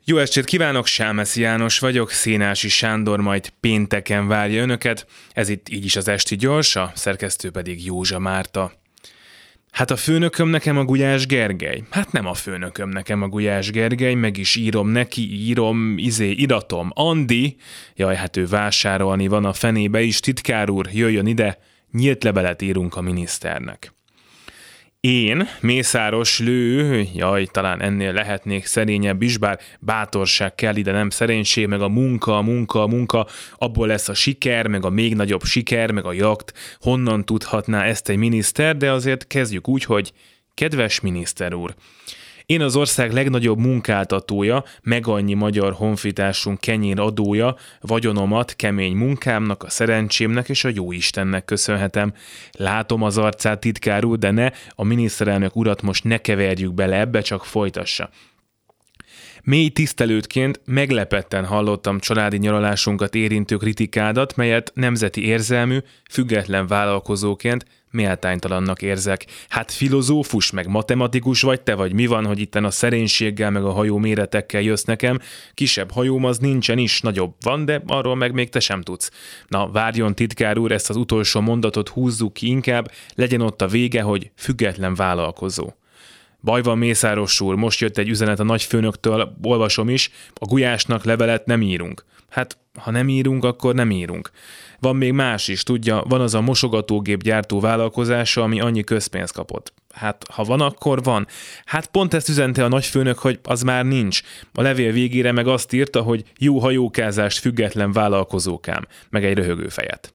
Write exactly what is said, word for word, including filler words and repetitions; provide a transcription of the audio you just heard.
Jó estét kívánok, Sámeszi János vagyok, Szénási Sándor majd pénteken várja önöket, ez itt így is az Esti Gyors, a szerkesztő pedig Józsa Márta. Hát a főnököm nekem a Gulyás Gergely. Hát nem a főnököm nekem a Gulyás Gergely, meg is írom neki, írom, izé, iratom. Andi, jaj, hát ő vásárolni van a fenébe is, titkár úr, jöjjön ide, nyílt levelet írunk a miniszternek. Én, Mészáros Lő, jaj, talán ennél lehetnék szerényebb is, bár bátorság kell ide, nem szerénység, meg a munka, a munka, a munka, abból lesz a siker, meg a még nagyobb siker, meg a jakt, honnan tudhatná ezt egy miniszter, de azért kezdjük úgy, hogy kedves miniszter úr, én az ország legnagyobb munkáltatója, meg annyi magyar honfitársunk kenyér adója, vagyonomat kemény munkámnak, a szerencsémnek és a jóistennek köszönhetem. Látom az arcát, titkár úr, de ne, a miniszterelnök urat most ne keverjük bele ebbe, csak folytassa. Mély tisztelődként meglepetten hallottam családi nyaralásunkat érintő kritikádat, melyet nemzeti érzelmű, független vállalkozóként méltánytalannak érzek. Hát filozófus, meg matematikus vagy te, vagy mi van, hogy itten a szerénységgel, meg a hajó méretekkel jössz nekem? Kisebb hajóm az nincsen is, nagyobb van, de arról meg még te sem tudsz. Na, várjon titkár úr, ezt az utolsó mondatot húzzuk ki inkább, legyen ott a vége, hogy független vállalkozó. Baj van, Mészáros úr, most jött egy üzenet a nagyfőnöktől, olvasom is, a Gulyásnak levelet nem írunk. Hát, ha nem írunk, akkor nem írunk. Van még más is, tudja, van az a mosogatógép gyártó vállalkozása, ami annyi közpénzt kapott. Hát, ha van, akkor van. Hát pont ezt üzente a nagyfőnök, hogy az már nincs. A levél végére meg azt írta, hogy jó hajókázást független vállalkozókám, meg egy röhögő fejet.